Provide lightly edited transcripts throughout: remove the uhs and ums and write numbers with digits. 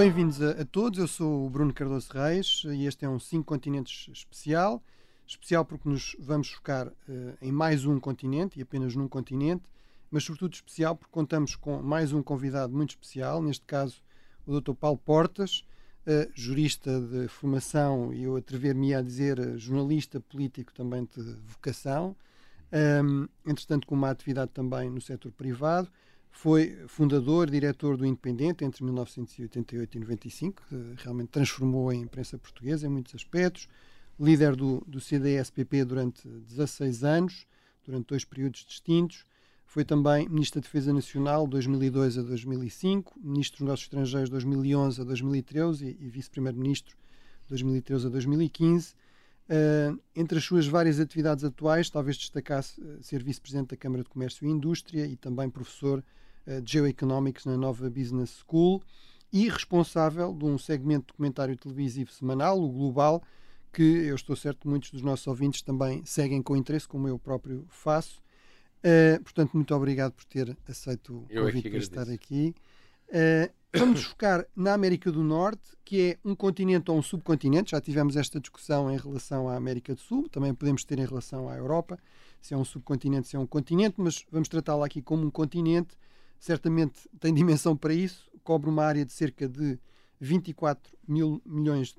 Bem-vindos a todos, eu sou o Bruno Cardoso Reis e este é um 5 continentes especial. Especial porque nos vamos focar em mais um continente e apenas num continente, mas sobretudo especial porque contamos com mais um convidado muito especial, neste caso o Dr. Paulo Portas, jurista de formação e eu atrever-me a dizer jornalista político também de vocação, entretanto com uma atividade também no setor privado. Foi fundador, diretor do Independente entre 1988 e 95, que realmente transformou a imprensa portuguesa em muitos aspectos. Líder do CDS-PP durante 16 anos, durante 2 períodos distintos. Foi também Ministro da Defesa Nacional, 2002 a 2005, Ministro dos Negócios Estrangeiros, 2011 a 2013 e Vice-Primeiro-Ministro, 2013 a 2015. Entre as suas várias atividades atuais, talvez destacasse ser Vice-Presidente da Câmara de Comércio e Indústria e também professor de Geoeconomics na Nova Business School e responsável de um segmento de documentário televisivo semanal, o Global, que eu estou certo muitos dos nossos ouvintes também seguem com interesse, como eu próprio faço. Portanto, muito obrigado por ter aceito o convite para estar aqui. Vamos focar na América do Norte, que é um continente ou um subcontinente. Já tivemos esta discussão em relação à América do Sul, também podemos ter em relação à Europa, se é um subcontinente, se é um continente, mas vamos tratá-la aqui como um continente. Certamente tem dimensão para isso, cobre uma área de cerca de 24 milhões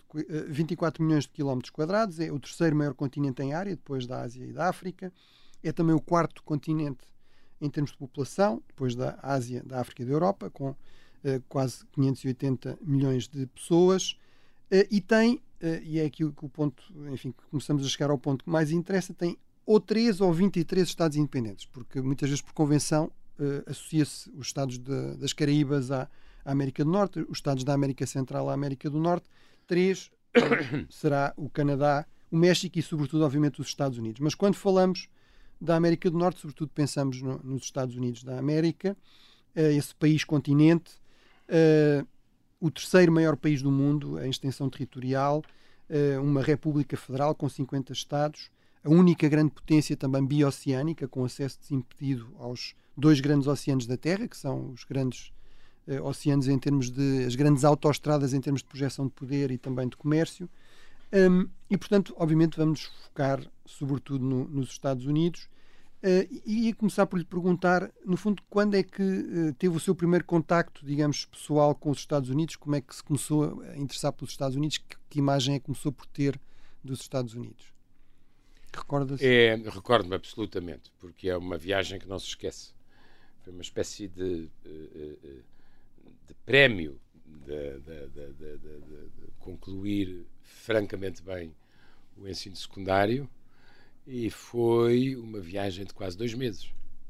de quilómetros quadrados, é o terceiro maior continente em área, depois da Ásia e da África. É também o quarto continente em termos de população, depois da Ásia, da África e da Europa, com quase 580 milhões de pessoas. E tem, e é aqui o ponto, enfim, começamos a chegar ao ponto que mais interessa, tem ou 3 ou 23 Estados independentes, porque muitas vezes por convenção associa-se os Estados das Caraíbas à América do Norte, os Estados da América Central à América do Norte. 3 será o Canadá, o México e, sobretudo, obviamente, os Estados Unidos. Mas quando falamos da América do Norte, sobretudo pensamos nos Estados Unidos da América, esse país-continente, o terceiro maior país do mundo em extensão territorial, uma república federal com 50 estados, a única grande potência também bioceânica, com acesso desimpedido aos 2 grandes oceanos da Terra, que são os grandes oceanos em termos de... as grandes autoestradas em termos de projeção de poder e também de comércio. E, portanto, obviamente vamos focar sobretudo nos Estados Unidos. E ia começar por lhe perguntar, no fundo, quando é que teve o seu primeiro contacto, digamos, pessoal com os Estados Unidos? Como é que se começou a interessar pelos Estados Unidos? Que imagem é que começou por ter dos Estados Unidos? Recorda-se? Recordo-me absolutamente, porque é uma viagem que não se esquece. Foi uma espécie de prémio de concluir francamente bem o ensino secundário e foi uma viagem de quase 2 meses.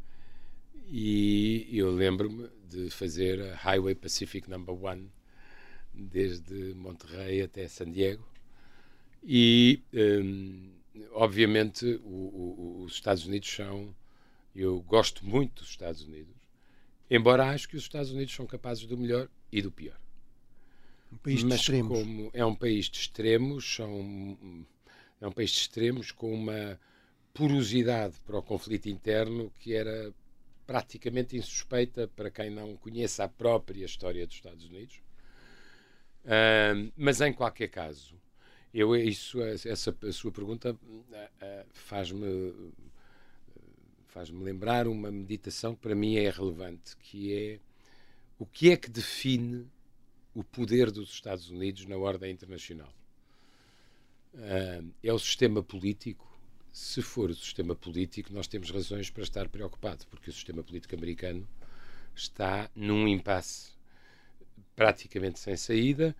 E eu lembro-me de fazer a Highway Pacific No. 1 desde Monterrey até San Diego e obviamente os Estados Unidos são... Eu gosto muito dos Estados Unidos, embora acho que os Estados Unidos são capazes do melhor e do pior. Um país de extremos. Como é um país de extremos, é um país de extremos com uma porosidade para o conflito interno que era praticamente insuspeita para quem não conheça a própria história dos Estados Unidos. Mas em qualquer caso, a sua pergunta faz-me lembrar uma meditação que para mim é relevante, que é o que é que define o poder dos Estados Unidos na ordem internacional. É o sistema político? Se for o sistema político, nós temos razões para estar preocupados, porque o sistema político americano está num impasse praticamente sem saída.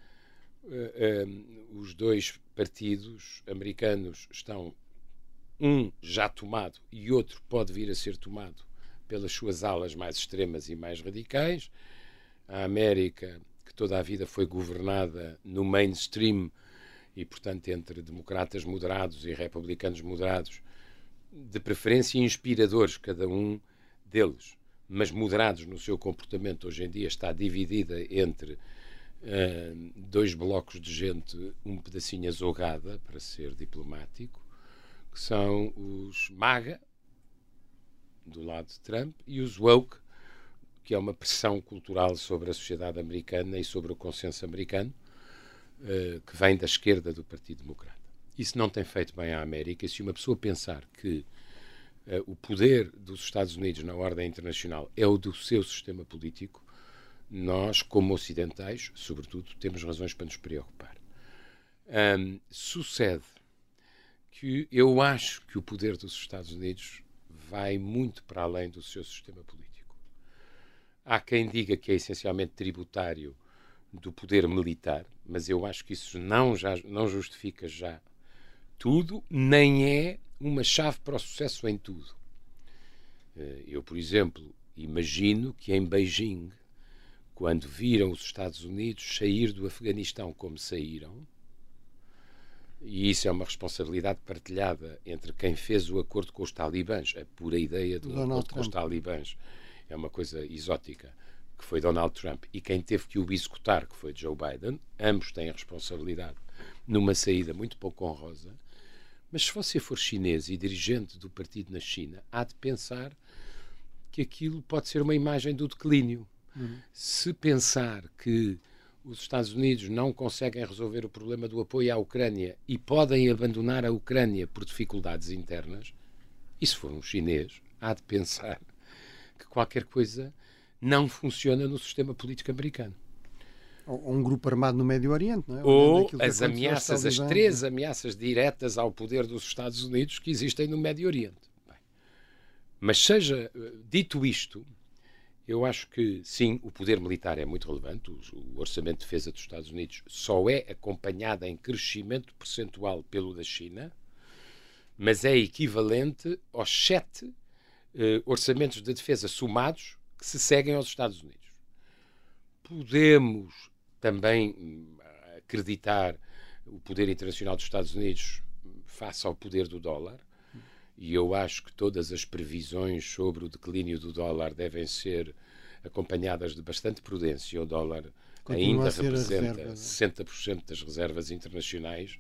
Os 2 partidos americanos estão, um já tomado e outro pode vir a ser tomado pelas suas alas mais extremas e mais radicais. A América, que toda a vida foi governada no mainstream e, portanto, entre democratas moderados e republicanos moderados, de preferência inspiradores, cada um deles, mas moderados no seu comportamento, hoje em dia está dividida entre 2 blocos de gente um pedacinho azogada, para ser diplomático, que são os MAGA, do lado de Trump, e os woke, que é uma pressão cultural sobre a sociedade americana e sobre o consenso americano, que vem da esquerda do Partido Democrata. Isso não tem feito bem à América. Se uma pessoa pensar que o poder dos Estados Unidos na ordem internacional é o do seu sistema político, nós, como ocidentais, sobretudo, temos razões para nos preocupar. Sucede que eu acho que o poder dos Estados Unidos vai muito para além do seu sistema político. Há quem diga que é essencialmente tributário do poder militar, mas eu acho que isso não justifica já tudo, nem é uma chave para o sucesso em tudo. Eu, por exemplo, imagino que em Beijing, quando viram os Estados Unidos sair do Afeganistão como saíram, e isso é uma responsabilidade partilhada entre quem fez o acordo com os talibãs, a pura ideia do acordo com os talibãs é uma coisa exótica, que foi Donald Trump, e quem teve que o executar, que foi Joe Biden, ambos têm a responsabilidade numa saída muito pouco honrosa. Mas se você for chinês e dirigente do partido na China, há de pensar que aquilo pode ser uma imagem do declínio. Se pensar que os Estados Unidos não conseguem resolver o problema do apoio à Ucrânia e podem abandonar a Ucrânia por dificuldades internas, e se for um chinês, há de pensar que qualquer coisa não funciona no sistema político americano. Ou um grupo armado no Médio Oriente, não é? Ou as ameaças, as três ameaças diretas ao poder dos Estados Unidos que existem no Médio Oriente. Bem, mas seja dito isto, eu acho que, sim, o poder militar é muito relevante. O orçamento de defesa dos Estados Unidos só é acompanhado em crescimento percentual pelo da China, mas é equivalente aos 7 orçamentos de defesa somados que se seguem aos Estados Unidos. Podemos também acreditar o poder internacional dos Estados Unidos face ao poder do dólar, e eu acho que todas as previsões sobre o declínio do dólar devem ser acompanhadas de bastante prudência. O dólar ainda representa 60% das reservas internacionais,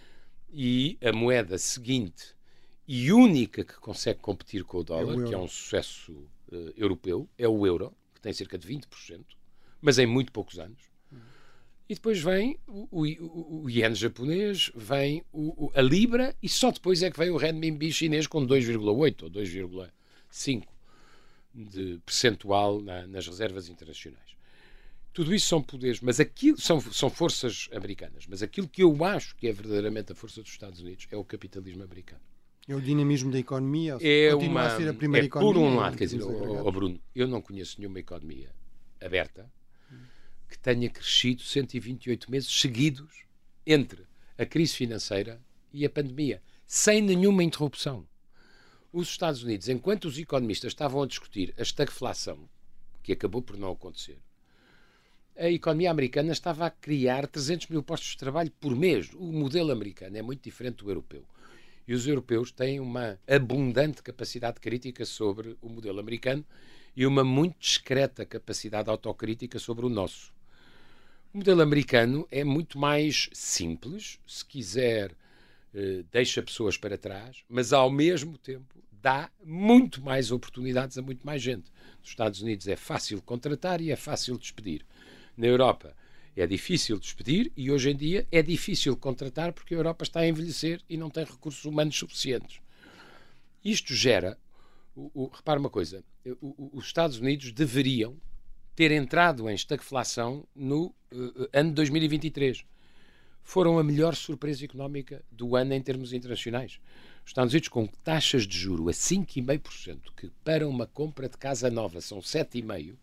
e a moeda seguinte e única que consegue competir com o dólar, que é um sucesso europeu, é o euro, que tem cerca de 20%, mas em muito poucos anos. E depois vem o iene japonês, vem a libra, e só depois é que vem o renminbi chinês com 2,8 ou 2,5 de percentual nas reservas internacionais. Tudo isso são poderes, mas aquilo são forças americanas. Mas aquilo que eu acho que é verdadeiramente a força dos Estados Unidos é o capitalismo americano. É o dinamismo da economia? Continua a ser a primeira economia? Por um lado, quer dizer, Bruno, eu não conheço nenhuma economia aberta que tenha crescido 128 meses seguidos entre a crise financeira e a pandemia, sem nenhuma interrupção. Os Estados Unidos, enquanto os economistas estavam a discutir a estagflação, que acabou por não acontecer, a economia americana estava a criar 300 mil postos de trabalho por mês. O modelo americano é muito diferente do europeu. E os europeus têm uma abundante capacidade crítica sobre o modelo americano e uma muito discreta capacidade autocrítica sobre o nosso. O modelo americano é muito mais simples, se quiser, deixa pessoas para trás, mas ao mesmo tempo dá muito mais oportunidades a muito mais gente. Nos Estados Unidos é fácil contratar e é fácil despedir. Na Europa é difícil despedir e hoje em dia é difícil contratar porque a Europa está a envelhecer e não tem recursos humanos suficientes. Isto gera, repara uma coisa, os Estados Unidos deveriam ter entrado em estagflação no ano de 2023. Foram a melhor surpresa económica do ano em termos internacionais. Os Estados Unidos com taxas de juro a 5,5%, que para uma compra de casa nova são 7,5%,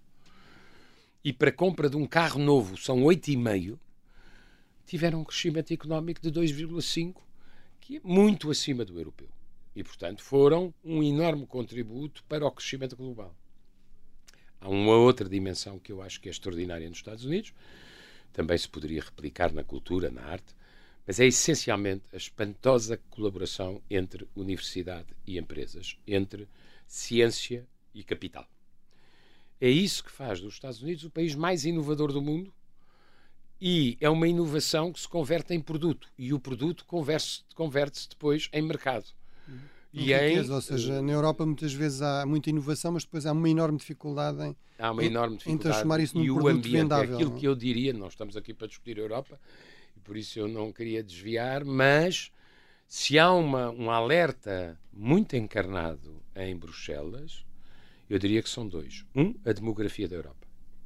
e para a compra de um carro novo são 8,5%, tiveram um crescimento económico de 2,5%, que é muito acima do europeu. E, portanto, foram um enorme contributo para o crescimento global. Há uma outra dimensão que eu acho que é extraordinária nos Estados Unidos, também se poderia replicar na cultura, na arte, mas é essencialmente a espantosa colaboração entre universidade e empresas, entre ciência e capital. É isso que faz dos Estados Unidos o país mais inovador do mundo, e é uma inovação que se converte em produto, e o produto converte-se depois em mercado. riqueza, ou seja, na Europa muitas vezes há muita inovação, mas depois há uma enorme dificuldade em transformar isso num produto vendável. É aquilo que eu diria, não estamos aqui para discutir a Europa, e por isso eu não queria desviar, mas se há um alerta muito encarnado em Bruxelas, eu diria que são dois. A demografia da Europa.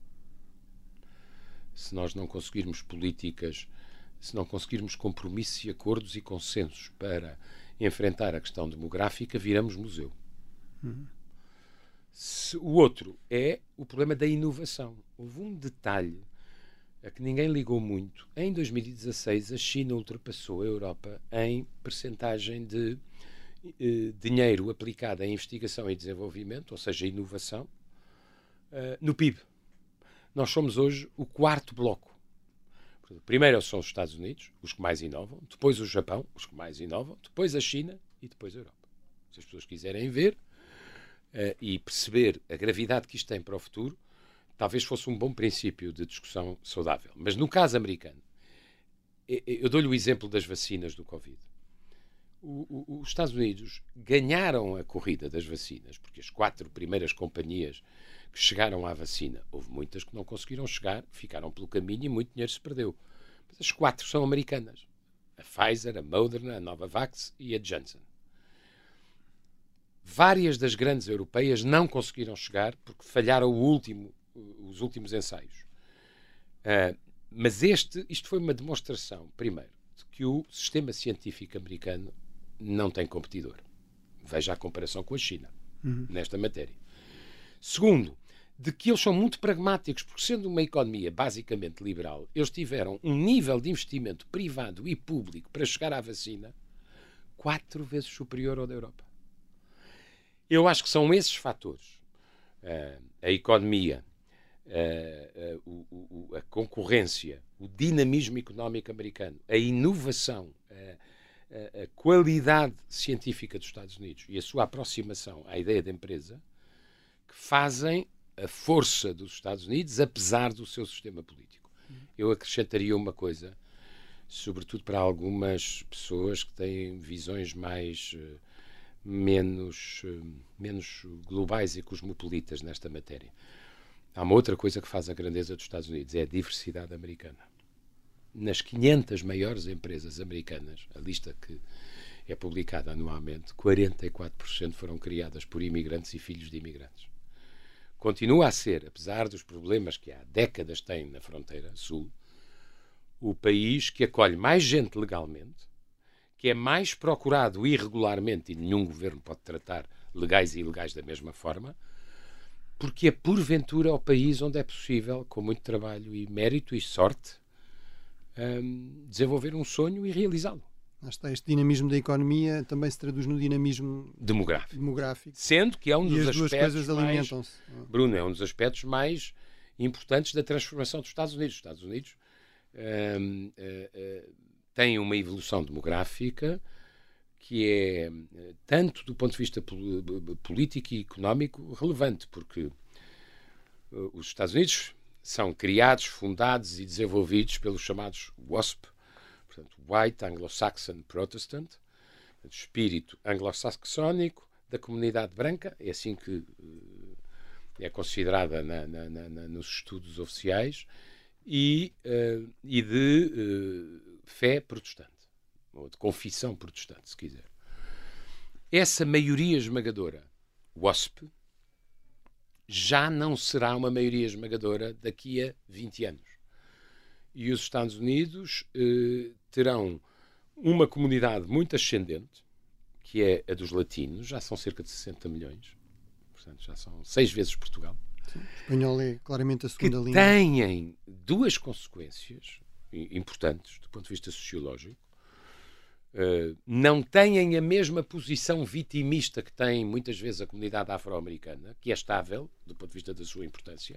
Se nós não conseguirmos políticas, se não conseguirmos compromissos e acordos e consensos para enfrentar a questão demográfica, viramos museu. O outro é o problema da inovação. Houve um detalhe a que ninguém ligou muito. Em 2016, a China ultrapassou a Europa em percentagem de dinheiro aplicado em investigação e desenvolvimento, ou seja, inovação, no PIB. Nós somos hoje o quarto bloco. Primeiro são os Estados Unidos, os que mais inovam, depois o Japão, os que mais inovam, depois a China e depois a Europa. Se as pessoas quiserem ver e perceber a gravidade que isto tem para o futuro, talvez fosse um bom princípio de discussão saudável. Mas no caso americano, eu dou-lhe o exemplo das vacinas do Covid. Os Estados Unidos ganharam a corrida das vacinas, porque as 4 primeiras companhias que chegaram à vacina, houve muitas que não conseguiram chegar, ficaram pelo caminho e muito dinheiro se perdeu. Mas as 4 são americanas. A Pfizer, a Moderna, a Novavax e a Janssen. Várias das grandes europeias não conseguiram chegar porque falharam os últimos ensaios. Mas isto foi uma demonstração, primeiro, de que o sistema científico americano não tem competidor. Veja a comparação com a China nesta matéria. Segundo, de que eles são muito pragmáticos, porque sendo uma economia basicamente liberal, eles tiveram um nível de investimento privado e público para chegar à vacina 4 vezes superior ao da Europa. Eu acho que são esses fatores, a economia, a concorrência, o dinamismo económico americano, a inovação, a qualidade científica dos Estados Unidos e a sua aproximação à ideia de empresa, que fazem a força dos Estados Unidos, apesar do seu sistema político. Eu acrescentaria uma coisa, sobretudo para algumas pessoas que têm visões menos globais e cosmopolitas nesta matéria. Há uma outra coisa que faz a grandeza dos Estados Unidos, é a diversidade americana. Nas 500 maiores empresas americanas, a lista que é publicada anualmente, 44% foram criadas por imigrantes e filhos de imigrantes. Continua a ser, apesar dos problemas que há décadas tem na fronteira sul, o país que acolhe mais gente legalmente, que é mais procurado irregularmente, e nenhum governo pode tratar legais e ilegais da mesma forma, porque é porventura o país onde é possível, com muito trabalho e mérito e sorte, desenvolver um sonho e realizá-lo. Este dinamismo da economia também se traduz no dinamismo demográfico. Sendo que é um dos aspectos coisas alimentam-se. Bruno, é um dos aspectos mais importantes da transformação dos Estados Unidos. Os Estados Unidos têm uma evolução demográfica que é, tanto do ponto de vista político e económico, relevante, porque os Estados Unidos são criados, fundados e desenvolvidos pelos chamados WASP, portanto, White Anglo-Saxon Protestant, espírito anglo-saxónico da comunidade branca, é assim que é considerada nos estudos oficiais, e de fé protestante, ou de confissão protestante, se quiser. Essa maioria esmagadora, WASP, já não será uma maioria esmagadora daqui a 20 anos. E os Estados Unidos terão uma comunidade muito ascendente, que é a dos latinos, já são cerca de 60 milhões, portanto já são 6 vezes Portugal. Sim, o espanhol é claramente a segunda língua. Que têm 2 consequências importantes do ponto de vista sociológico. Não têm a mesma posição vitimista que tem muitas vezes a comunidade afro-americana, que é estável do ponto de vista da sua importância.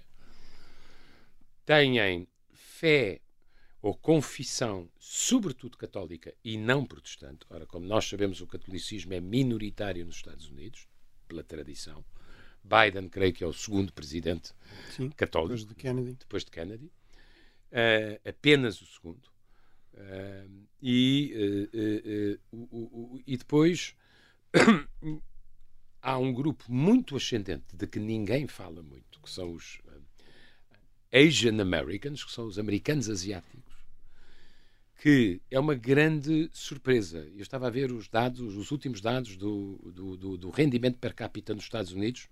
Têm fé ou confissão, sobretudo católica e não protestante. Ora, como nós sabemos, o catolicismo é minoritário nos Estados Unidos, pela tradição. Biden, creio que é o segundo presidente católico. Depois de Kennedy. Apenas o segundo. E depois há um grupo muito ascendente de que ninguém fala muito, que são os Asian Americans, que são os americanos asiáticos, que é uma grande surpresa. Eu estava a ver os últimos dados do rendimento per capita nos Estados Unidos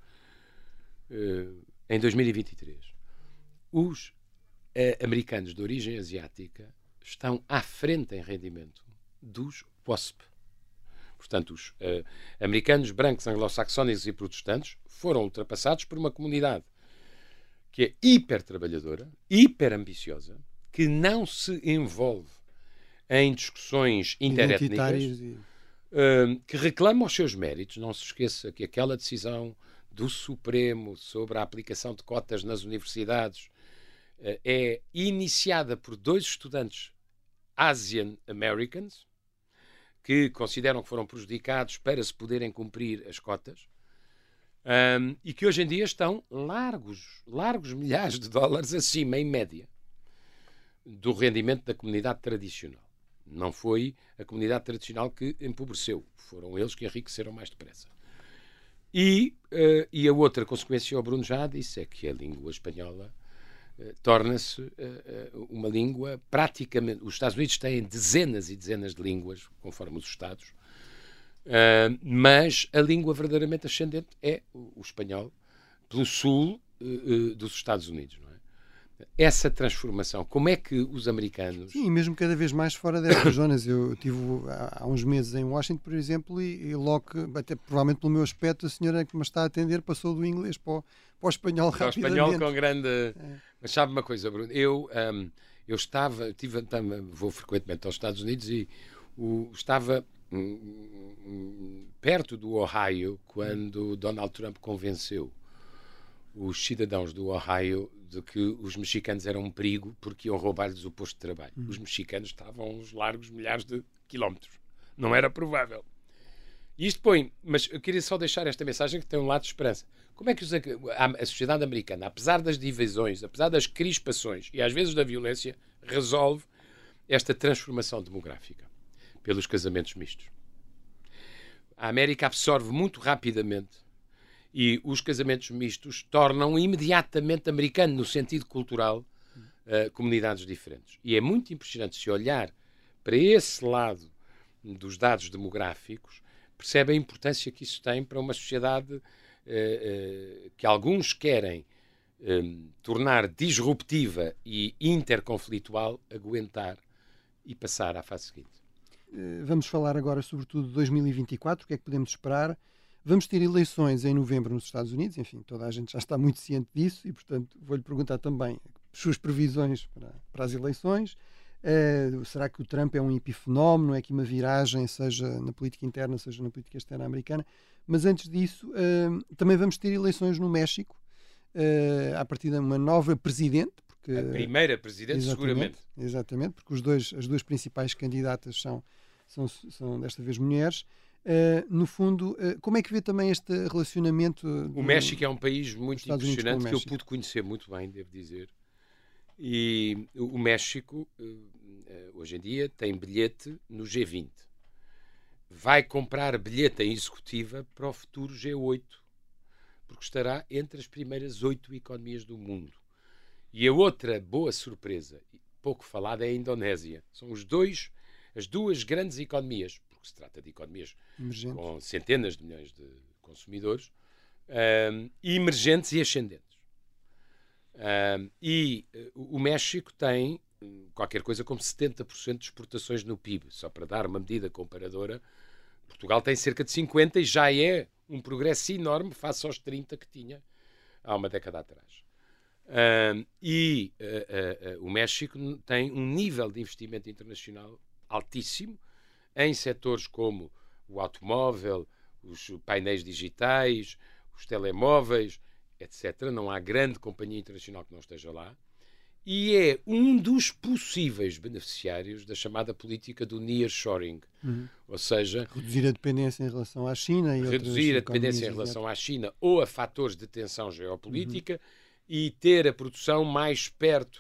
em 2023. Os americanos de origem asiática estão à frente em rendimento dos WASP. Portanto, os americanos brancos, anglo-saxónicos e protestantes foram ultrapassados por uma comunidade que é hiper trabalhadora, hiper ambiciosa, que não se envolve em discussões interétnicas, que reclama os seus méritos. Não se esqueça que aquela decisão do Supremo sobre a aplicação de cotas nas universidades é iniciada por 2 estudantes Asian Americans que consideram que foram prejudicados para se poderem cumprir as cotas e que hoje em dia estão largos milhares de dólares acima, em média, do rendimento da comunidade tradicional. Não foi a comunidade tradicional que empobreceu, foram eles que enriqueceram mais depressa. E a outra consequência, o Bruno já disse, é que a língua espanhola torna-se uma língua praticamente... Os Estados Unidos têm dezenas e dezenas de línguas, conforme os Estados, mas a língua verdadeiramente ascendente é o espanhol, pelo sul dos Estados Unidos, não é? Essa transformação, como é que os americanos... Sim, mesmo cada vez mais fora destas zonas. Eu estive há uns meses em Washington, por exemplo, e logo, até provavelmente pelo meu aspecto, a senhora que me está a atender passou do inglês para o espanhol rapidamente. Para o espanhol com grande... Mas sabe uma coisa, Bruno? Eu vou frequentemente aos Estados Unidos e estava perto do Ohio quando Donald Trump convenceu os cidadãos do Ohio de que os mexicanos eram um perigo porque iam roubar-lhes o posto de trabalho. Os mexicanos estavam a uns largos milhares de quilómetros. Não era provável. E isto mas eu queria só deixar esta mensagem que tem um lado de esperança. Como é que a sociedade americana, apesar das divisões, apesar das crispações e às vezes da violência, resolve esta transformação demográfica pelos casamentos mistos? A América absorve muito rapidamente e os casamentos mistos tornam imediatamente americano, no sentido cultural, comunidades diferentes. E é muito impressionante se olhar para esse lado dos dados demográficos, percebe a importância que isso tem para uma sociedade que alguns querem tornar disruptiva e interconflitual, aguentar e passar à fase seguinte. Vamos falar agora sobretudo de 2024, o que é que podemos esperar? Vamos ter eleições em novembro nos Estados Unidos, enfim, toda a gente já está muito ciente disso e, portanto, vou-lhe perguntar também as suas previsões para as eleições. Será que o Trump é um epifenómeno, é que uma viragem, seja na política interna, seja na política externa americana? Mas antes disso, também vamos ter eleições no México, a partir de uma nova presidente. Porque, a primeira presidente, seguramente. Exatamente, porque as duas principais candidatas são desta vez mulheres. No fundo, como é que vê também este relacionamento? O México é um país muito impressionante que eu pude conhecer muito bem, devo dizer. E o México, hoje em dia, tem bilhete no G20. Vai comprar bilhete em executiva para o futuro G8, porque estará entre as primeiras 8 economias do mundo. E a outra boa surpresa, pouco falada, é a Indonésia. São as duas grandes economias, porque se trata de economias com centenas de milhões de consumidores, emergentes e ascendentes. O México tem qualquer coisa como 70% de exportações no PIB. Só para dar uma medida comparadora, Portugal tem cerca de 50% e já é um progresso enorme face aos 30% que tinha há uma década atrás. O México tem um nível de investimento internacional altíssimo em setores como o automóvel, os painéis digitais, os telemóveis, etc. Não há grande companhia internacional que não esteja lá. E é um dos possíveis beneficiários da chamada política do nearshoring. Ou seja... reduzir a dependência em relação à China. Reduzir a dependência em relação à China ou a fatores de tensão geopolítica e ter a produção mais perto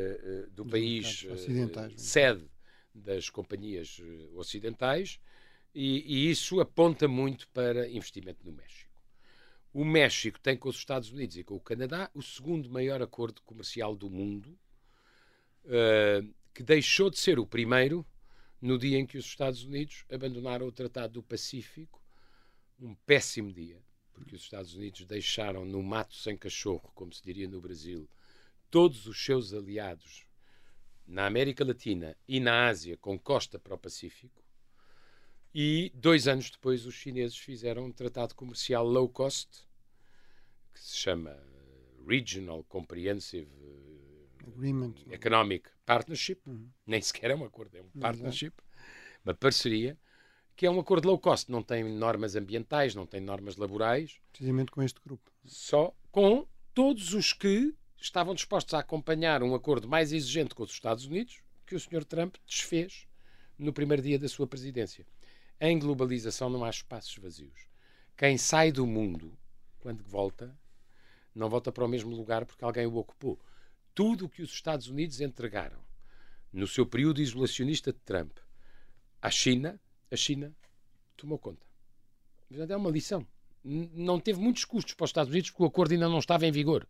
do país sede das companhias ocidentais E isso aponta muito para investimento no México. O México tem com os Estados Unidos e com o Canadá o segundo maior acordo comercial do mundo, que deixou de ser o primeiro no dia em que os Estados Unidos abandonaram o Tratado do Pacífico, um péssimo dia, porque os Estados Unidos deixaram no mato sem cachorro, como se diria no Brasil, todos os seus aliados na América Latina e na Ásia com costa para o Pacífico, e 2 anos depois os chineses fizeram um tratado comercial low cost, que se chama Regional Comprehensive Agreement. Economic Partnership, nem sequer é um acordo, é um partnership, uma parceria, que é um acordo low cost, não tem normas ambientais, não tem normas laborais. Precisamente com este grupo. Só com todos os que estavam dispostos a acompanhar um acordo mais exigente com os Estados Unidos, que o Sr. Trump desfez no primeiro dia da sua presidência. Em globalização não há espaços vazios. Quem sai do mundo, quando volta, não volta para o mesmo lugar porque alguém o ocupou. Tudo o que os Estados Unidos entregaram no seu período isolacionista de Trump à China, a China tomou conta. Mas é uma lição. Não teve muitos custos para os Estados Unidos porque o acordo ainda não estava em vigor.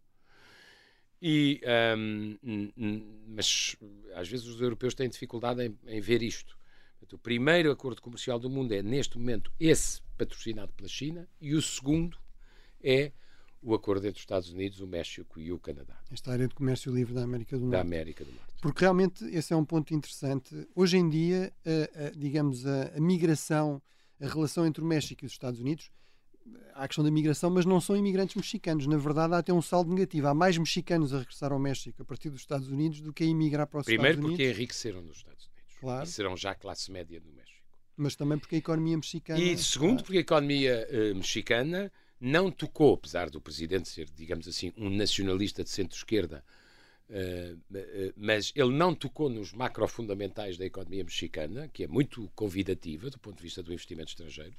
Mas às vezes os europeus têm dificuldade em ver isto. O primeiro acordo comercial do mundo é, neste momento, esse patrocinado pela China, e o segundo é o acordo entre os Estados Unidos, o México e o Canadá. Esta área de comércio livre da América do Norte. Da América do Norte. Porque realmente esse é um ponto interessante. Hoje em dia, digamos, a migração, a relação entre o México e os Estados Unidos, há a questão da migração, mas não são imigrantes mexicanos. Na verdade, há até um saldo negativo. Há mais mexicanos a regressar ao México a partir dos Estados Unidos do que a emigrar para os Estados Unidos. Primeiro porque enriqueceram nos Estados Unidos. Claro. E serão já classe média no México. Mas também porque a economia mexicana... E segundo, porque a economia mexicana não tocou, apesar do presidente ser, digamos assim, um nacionalista de centro-esquerda, mas ele não tocou nos macrofundamentais da economia mexicana, que é muito convidativa do ponto de vista do investimento estrangeiro.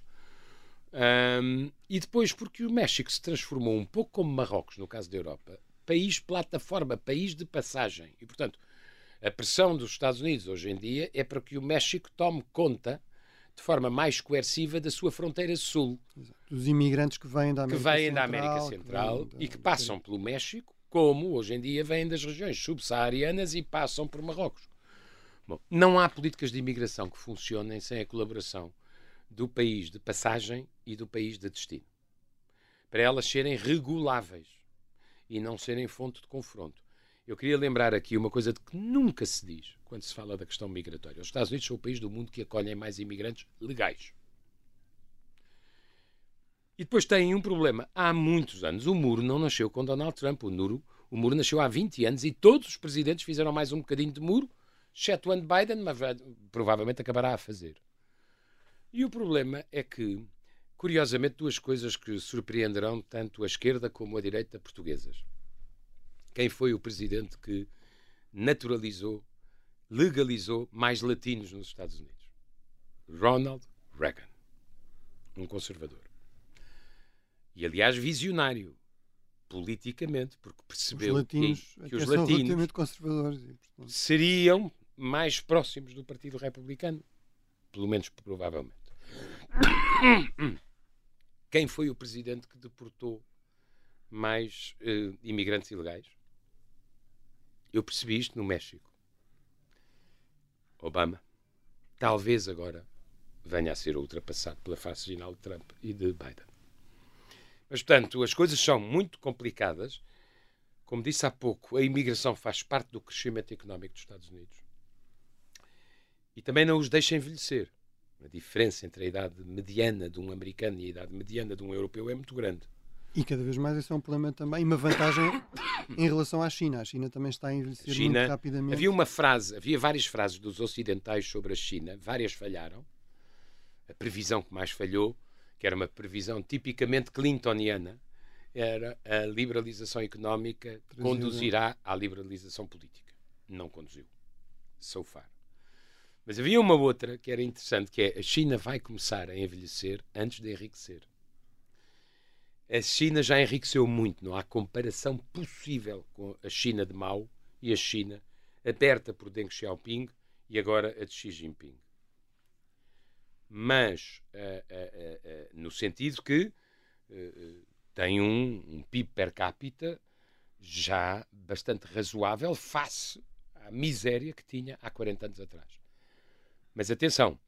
E depois porque o México se transformou um pouco como Marrocos, no caso da Europa, país plataforma, país de passagem. E, portanto, a pressão dos Estados Unidos hoje em dia é para que o México tome conta de forma mais coerciva da sua fronteira sul. Exato. Dos imigrantes que vêm da América Central e que passam pelo México, como hoje em dia vêm das regiões subsaarianas e passam por Marrocos. Bom, não há políticas de imigração que funcionem sem a colaboração do país de passagem e do país de destino. Para elas serem reguláveis e não serem fonte de confronto. Eu queria lembrar aqui uma coisa de que nunca se diz quando se fala da questão migratória. Os Estados Unidos são o país do mundo que acolhem mais imigrantes legais. E depois têm um problema. Há muitos anos, o muro não nasceu com Donald Trump. O muro nasceu há 20 anos e todos os presidentes fizeram mais um bocadinho de muro, exceto o Biden, mas provavelmente acabará a fazer. E o problema é que, curiosamente, duas coisas que surpreenderão tanto a esquerda como a direita portuguesas. Quem foi o presidente que naturalizou, legalizou mais latinos nos Estados Unidos? Ronald Reagan, um conservador. E, aliás, visionário, politicamente, porque percebeu que os latinos conservadores, seriam mais próximos do Partido Republicano. Pelo menos, provavelmente. Quem foi o presidente que deportou mais imigrantes ilegais? Eu percebi isto no México. Obama. Talvez agora venha a ser ultrapassado pela face final de Trump e de Biden. Mas, portanto, as coisas são muito complicadas. Como disse há pouco, a imigração faz parte do crescimento económico dos Estados Unidos. E também não os deixa envelhecer. A diferença entre a idade mediana de um americano e a idade mediana de um europeu é muito grande. E cada vez mais esse é um problema também, e uma vantagem em relação à China. A China também está a envelhecer muito rapidamente. Havia várias frases dos ocidentais sobre a China, várias falharam. A previsão que mais falhou, que era uma previsão tipicamente clintoniana, era a liberalização económica conduzirá à liberalização política. Não conduziu. So far. Mas havia uma outra que era interessante, que é a China vai começar a envelhecer antes de enriquecer. A China já enriqueceu muito, não há comparação possível com a China de Mao e a China aberta por Deng Xiaoping e agora a de Xi Jinping. mas no sentido que tem um PIB per capita já bastante razoável face à miséria que tinha há 40 anos atrás. Mas atenção,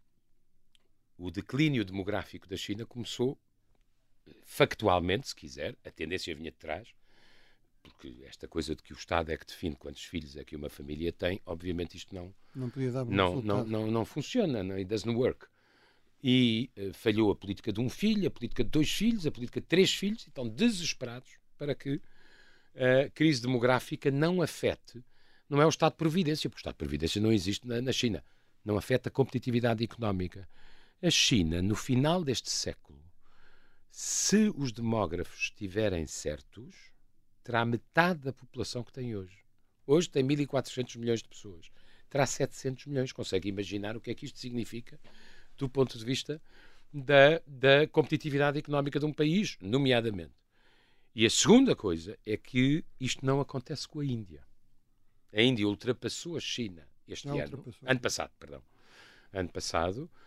o declínio demográfico da China começou factualmente, se quiser, a tendência vinha de trás, porque esta coisa de que o Estado é que define quantos filhos é que uma família tem, obviamente isto não podia dar não funciona, it doesn't work. E falhou a política de um filho, a política de 2 filhos, a política de 3 filhos, e estão desesperados para que a crise demográfica não afete, não é o Estado de Providência, porque o Estado de Providência não existe na China, não afeta a competitividade económica. A China, no final deste século, se os demógrafos estiverem certos, terá metade da população que tem hoje. Hoje tem 1.400 milhões de pessoas. Terá 700 milhões. Consegue imaginar o que é que isto significa do ponto de vista da competitividade económica de um país, nomeadamente. E a segunda coisa é que isto não acontece com a Índia. A Índia ultrapassou a China ano passado,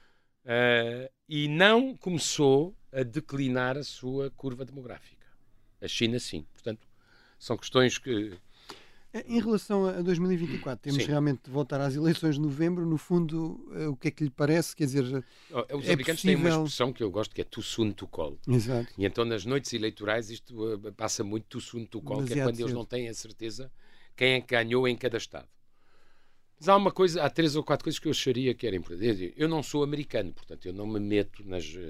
e não começou a declinar a sua curva demográfica. A China, sim. Portanto, são questões que... Em relação a 2024, temos realmente de voltar às eleições de novembro. No fundo, o que é que lhe parece? Quer dizer, os americanos têm uma expressão que eu gosto, que é too soon to call. Exato. E então, nas noites eleitorais, isto passa muito too soon to call, que é quando eles não têm a certeza quem é que ganhou em cada estado. Mas há 3 ou 4 coisas que eu acharia que era importante. Eu não sou americano, portanto, eu não me meto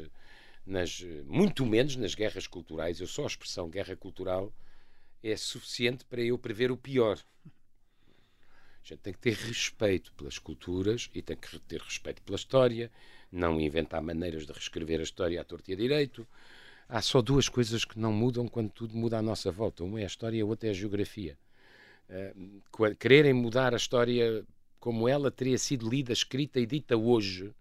muito menos nas guerras culturais. Eu só a expressão guerra cultural é suficiente para eu prever o pior. A gente tem que ter respeito pelas culturas e tem que ter respeito pela história, não inventar maneiras de reescrever a história à torta e à direito. Há só 2 coisas que não mudam quando tudo muda à nossa volta. Uma é a história e a outra é a geografia. Quererem mudar a história como ela teria sido lida, escrita e dita hoje,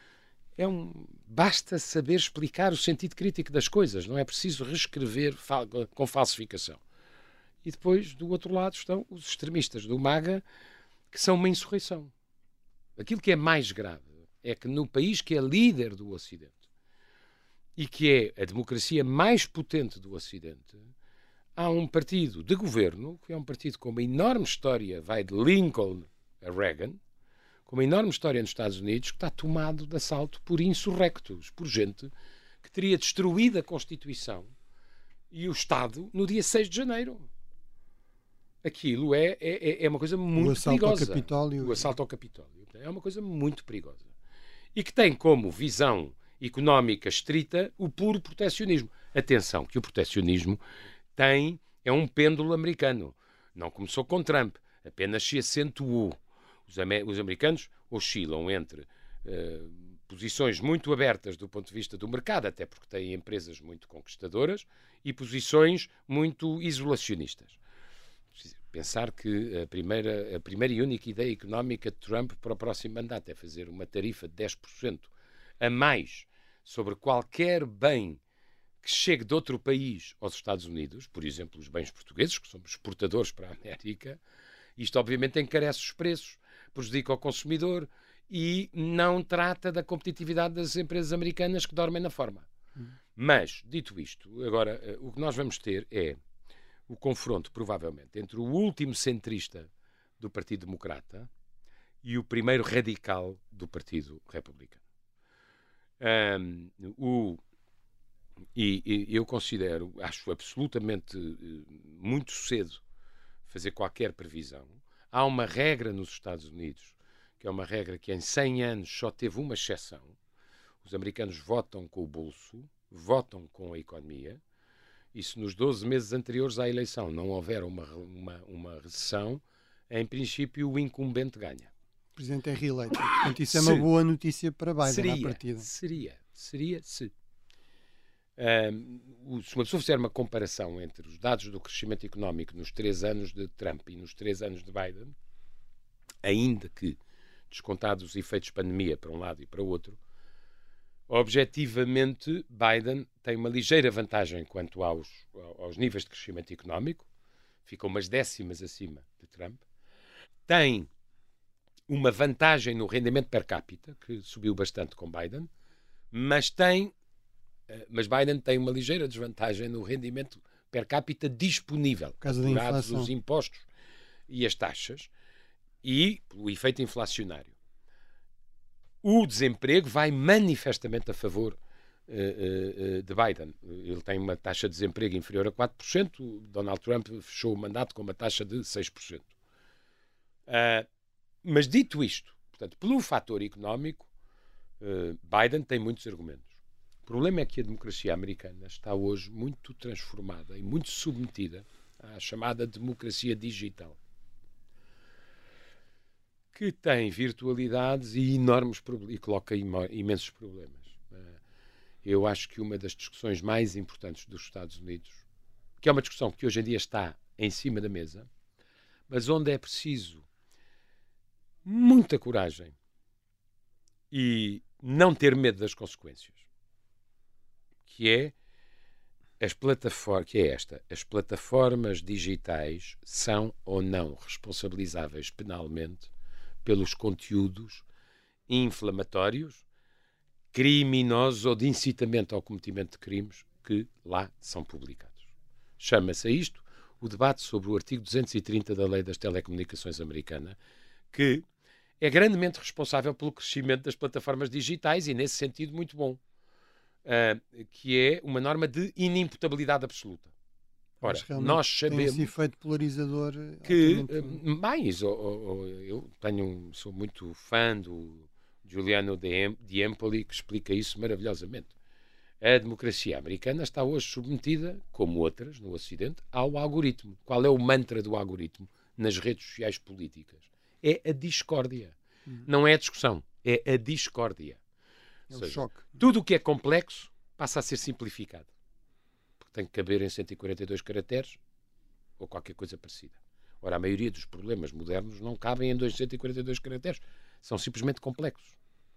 basta saber explicar o sentido crítico das coisas. Não é preciso reescrever com falsificação. E depois, do outro lado, estão os extremistas do MAGA, que são uma insurreição. Aquilo que é mais grave é que no país que é líder do Ocidente e que é a democracia mais potente do Ocidente, há um partido de governo, que é um partido com uma enorme história, vai de Lincoln a Reagan, com uma enorme história nos Estados Unidos, que está tomado de assalto por insurrectos, por gente que teria destruído a Constituição e o Estado no dia 6 de janeiro. Aquilo é uma coisa muito perigosa. O assalto ao Capitólio. É uma coisa muito perigosa. E que tem como visão económica estrita o puro protecionismo. Atenção, que o protecionismo é um pêndulo americano. Não começou com Trump, apenas se acentuou. Os americanos oscilam entre posições muito abertas do ponto de vista do mercado, até porque têm empresas muito conquistadoras, e posições muito isolacionistas. Pensar que a primeira e única ideia económica de Trump para o próximo mandato é fazer uma tarifa de 10% a mais sobre qualquer bem que chegue de outro país aos Estados Unidos, por exemplo, os bens portugueses, que somos exportadores para a América, isto obviamente encarece os preços, prejudica o consumidor e não trata da competitividade das empresas americanas que dormem na forma. Mas, dito isto, agora o que nós vamos ter é o confronto, provavelmente, entre o último centrista do Partido Democrata e o primeiro radical do Partido Republicano. E eu acho absolutamente muito cedo fazer qualquer previsão. Há uma regra nos Estados Unidos, que é uma regra que em 100 anos só teve uma exceção. Os americanos votam com o bolso, votam com a economia, e se nos 12 meses anteriores à eleição não houver uma recessão, em princípio o incumbente ganha. O Presidente é reeleito. Portanto, isso é uma boa notícia para Biden à partida. Seria se. Se uma pessoa fizer uma comparação entre os dados do crescimento económico nos 3 anos de Trump e nos 3 anos de Biden, ainda que descontados os efeitos de pandemia para um lado e para o outro, objetivamente Biden tem uma ligeira vantagem quanto aos níveis de crescimento económico, fica umas décimas acima de Trump, tem uma vantagem no rendimento per capita, que subiu bastante com Biden, Mas Biden tem uma ligeira desvantagem no rendimento per capita disponível, por causa da apurados inflação. os impostos e as taxas e o efeito inflacionário. O desemprego vai manifestamente a favor de Biden. Ele tem uma taxa de desemprego inferior a 4%. Donald Trump fechou o mandato com uma taxa de 6%. Mas dito isto, portanto, pelo fator económico, Biden tem muitos argumentos. O problema é que a democracia americana está hoje muito transformada e muito submetida à chamada democracia digital, que tem virtualidades e enormes e coloca imensos problemas. Eu acho que uma das discussões mais importantes dos Estados Unidos, que é uma discussão que hoje em dia está em cima da mesa, mas onde é preciso muita coragem e não ter medo das consequências, que é as plataformas digitais são ou não responsabilizáveis penalmente pelos conteúdos inflamatórios, criminosos ou de incitamento ao cometimento de crimes que lá são publicados. Chama-se a isto o debate sobre o artigo 230 da Lei das Telecomunicações americana, que é grandemente responsável pelo crescimento das plataformas digitais e, nesse sentido, muito bom, que é uma norma de inimputabilidade absoluta. Ora, nós sabemos tem esse efeito polarizador que eu sou muito fã do Giuliano de Empoli, que explica isso maravilhosamente. A democracia americana está hoje submetida, como outras no Ocidente, ao algoritmo. Qual é o mantra do algoritmo nas redes sociais políticas? É a discórdia. Não é a discussão, é a discórdia. É o choque. Tudo o que é complexo passa a ser simplificado. Porque tem que caber em 142 caracteres ou qualquer coisa parecida. Ora, a maioria dos problemas modernos não cabem em 242 caracteres. São simplesmente complexos.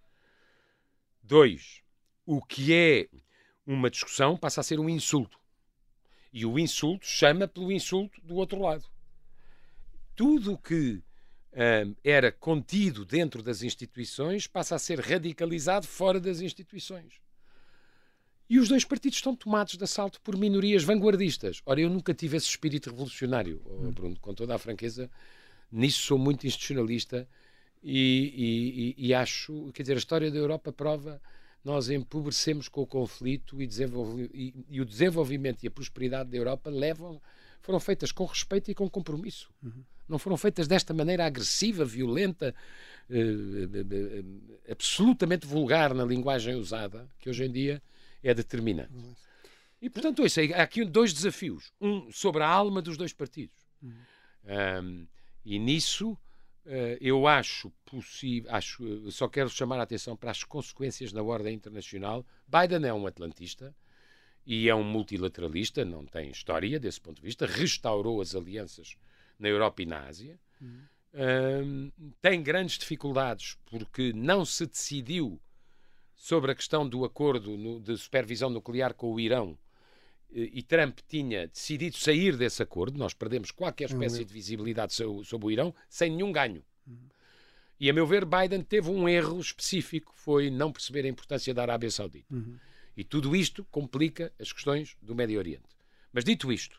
2. O que é uma discussão passa a ser um insulto. E o insulto chama pelo insulto do outro lado. Tudo o que era contido dentro das instituições passa a ser radicalizado fora das instituições. E os dois partidos estão tomados de assalto por minorias vanguardistas. Ora, eu nunca tive esse espírito revolucionário, Bruno, com toda a franqueza. Nisso sou muito institucionalista e acho, quer dizer, a história da Europa prova, nós empobrecemos com o conflito e o desenvolvimento e a prosperidade da Europa foram feitas com respeito e com compromisso. Não foram feitas desta maneira agressiva, violenta, absolutamente vulgar na linguagem usada, que hoje em dia é determinante. E, portanto, há aqui dois desafios. Um sobre a alma dos dois partidos. E nisso eu acho possível, só quero chamar a atenção para as consequências na ordem internacional. Biden é um atlantista e é um multilateralista, não tem história desse ponto de vista, restaurou as alianças na Europa e na Ásia. Tem grandes dificuldades porque não se decidiu sobre a questão do acordo de supervisão nuclear com o Irão e Trump tinha decidido sair desse acordo. Nós perdemos qualquer espécie de visibilidade sobre o Irão sem nenhum ganho. E, a meu ver, Biden teve um erro específico, foi não perceber a importância da Arábia Saudita. E tudo isto complica as questões do Médio Oriente. Mas, dito isto,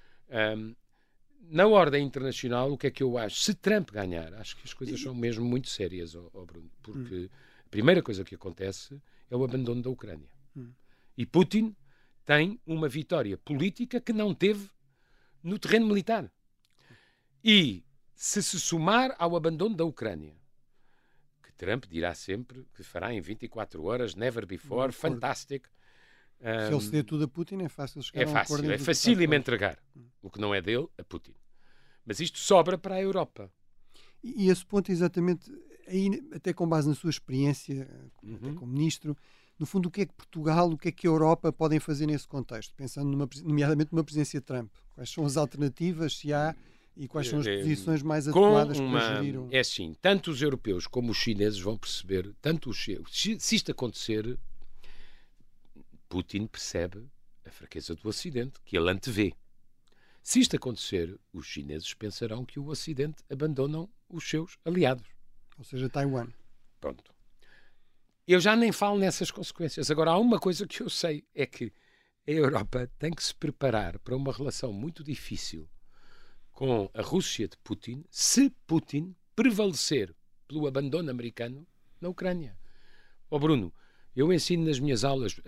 na ordem internacional, o que é que eu acho? Se Trump ganhar, acho que as coisas são mesmo muito sérias, Bruno, porque a primeira coisa que acontece é o abandono da Ucrânia. E Putin tem uma vitória política que não teve no terreno militar. E se somar ao abandono da Ucrânia, que Trump dirá sempre que fará em 24 horas, never before, fantastic. Se ele ceder tudo a Putin, é fácil chegar a um acordo. É facílimo entregar o que não é dele a Putin. Mas isto sobra para a Europa. E esse ponto, exatamente, aí, até com base na sua experiência como ministro, no fundo, o que é que Portugal, o que é que a Europa podem fazer nesse contexto? Pensando nomeadamente numa presidência Trump. Quais são as alternativas, se há, e quais são as posições mais adequadas para gerir? É assim, tanto os europeus como os chineses vão perceber, se isto acontecer, Putin percebe a fraqueza do Ocidente, que ele antevê. Se isto acontecer, os chineses pensarão que o Ocidente abandonam os seus aliados. Ou seja, Taiwan. Pronto. Eu já nem falo nessas consequências. Agora, há uma coisa que eu sei, é que a Europa tem que se preparar para uma relação muito difícil com a Rússia de Putin, se Putin prevalecer pelo abandono americano na Ucrânia. Bruno, eu ensino nas minhas aulas,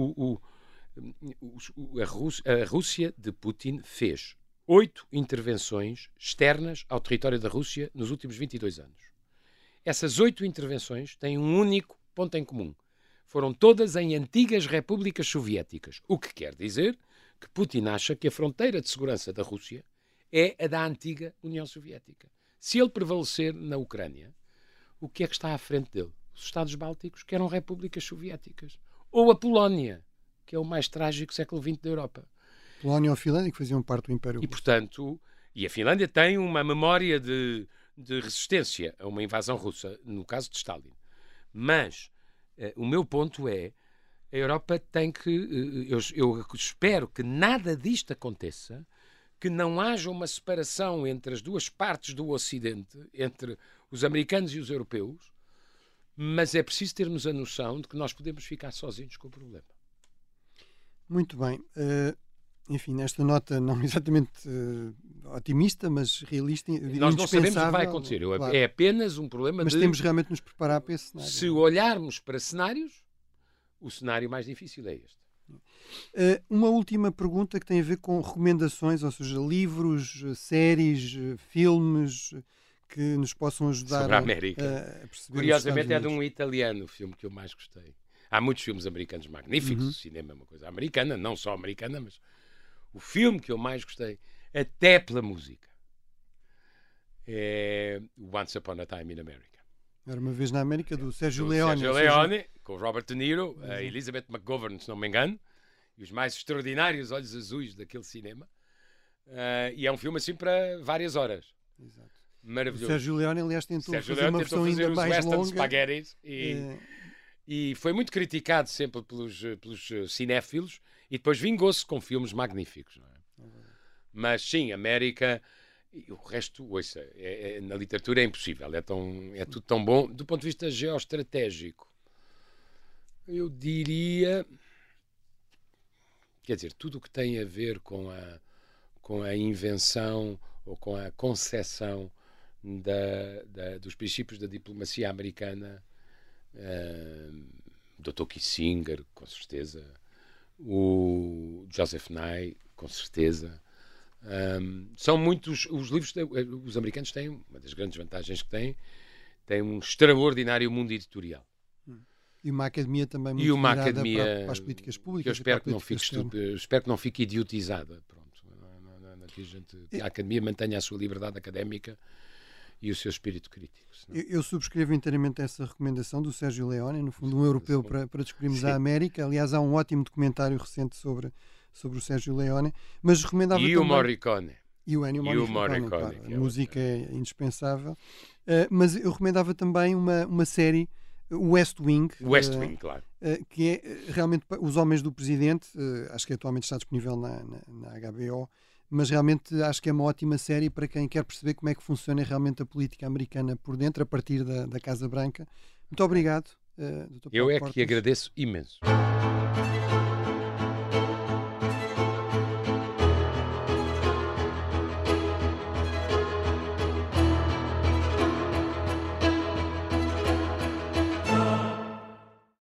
a Rússia de Putin fez 8 intervenções externas ao território da Rússia nos últimos 22 anos. Essas 8 intervenções têm um único ponto em comum. Foram todas em antigas repúblicas soviéticas, o que quer dizer que Putin acha que a fronteira de segurança da Rússia é a da antiga União Soviética. Se ele prevalecer na Ucrânia, o que é que está à frente dele? Os Estados Bálticos, que eram repúblicas soviéticas. Ou a Polónia, que é o mais trágico século XX da Europa. Polónia ou a Finlândia, que faziam parte do Império Russo. E, portanto, a Finlândia tem uma memória de resistência a uma invasão russa, no caso de Stalin. Mas o meu ponto é, a Europa tem que... Eu espero que nada disto aconteça, que não haja uma separação entre as duas partes do Ocidente, entre os americanos e os europeus, mas é preciso termos a noção de que nós podemos ficar sozinhos com o problema. Muito bem. Enfim, nesta nota não exatamente otimista, mas realista, nós não sabemos o que vai acontecer. Claro. É apenas um problema mas temos realmente de nos preparar para esse cenário. Se olharmos para cenários, o cenário mais difícil é este. Uma última pergunta que tem a ver com recomendações, ou seja, livros, séries, filmes que nos possam ajudar sobre a América. A perceber. Curiosamente é de um italiano o filme que eu mais gostei. Há muitos filmes americanos magníficos, o cinema é uma coisa americana, não só americana, mas o filme que eu mais gostei, até pela música, é Once Upon a Time in America. Era uma vez na América, do Sérgio Leone. Sérgio Leone, com Robert De Niro, a Elizabeth McGovern, se não me engano, e os mais extraordinários olhos azuis daquele cinema. E é um filme assim para várias horas. Exato. Maravilhoso. O Sérgio Leone, aliás, tentou fazer uma versão ainda mais longa. E foi muito criticado sempre pelos cinéfilos e depois vingou-se com filmes magníficos. Não é? Mas sim, América... E o resto, ouça, na literatura é impossível, é tudo tão bom. Do ponto de vista geoestratégico, eu diria, quer dizer, tudo o que tem a ver com a invenção ou com a concepção dos princípios da diplomacia americana, Dr. Kissinger, com certeza, o Joseph Nye, com certeza. São muitos os livros. Os americanos têm uma das grandes vantagens que têm um extraordinário mundo editorial e uma academia também muito virada para as políticas públicas. Eu espero que não fique idiotizada. Pronto, que a academia mantenha a sua liberdade académica e o seu espírito crítico. Eu subscrevo inteiramente essa recomendação do Sérgio Leone, no fundo um europeu para descobrirmos a América. Aliás, há um ótimo documentário recente sobre o Sérgio Leone, mas recomendava também... o Morricone. E o Ennio Morricone, claro. A música é indispensável. Mas eu recomendava também uma série, o West Wing. Claro. Que é realmente Os Homens do Presidente. Acho que atualmente está disponível na HBO, mas realmente acho que é uma ótima série para quem quer perceber como é que funciona realmente a política americana por dentro, a partir da Casa Branca. Muito obrigado, Dr. Paulo Eu é Portas. que agradeço imenso.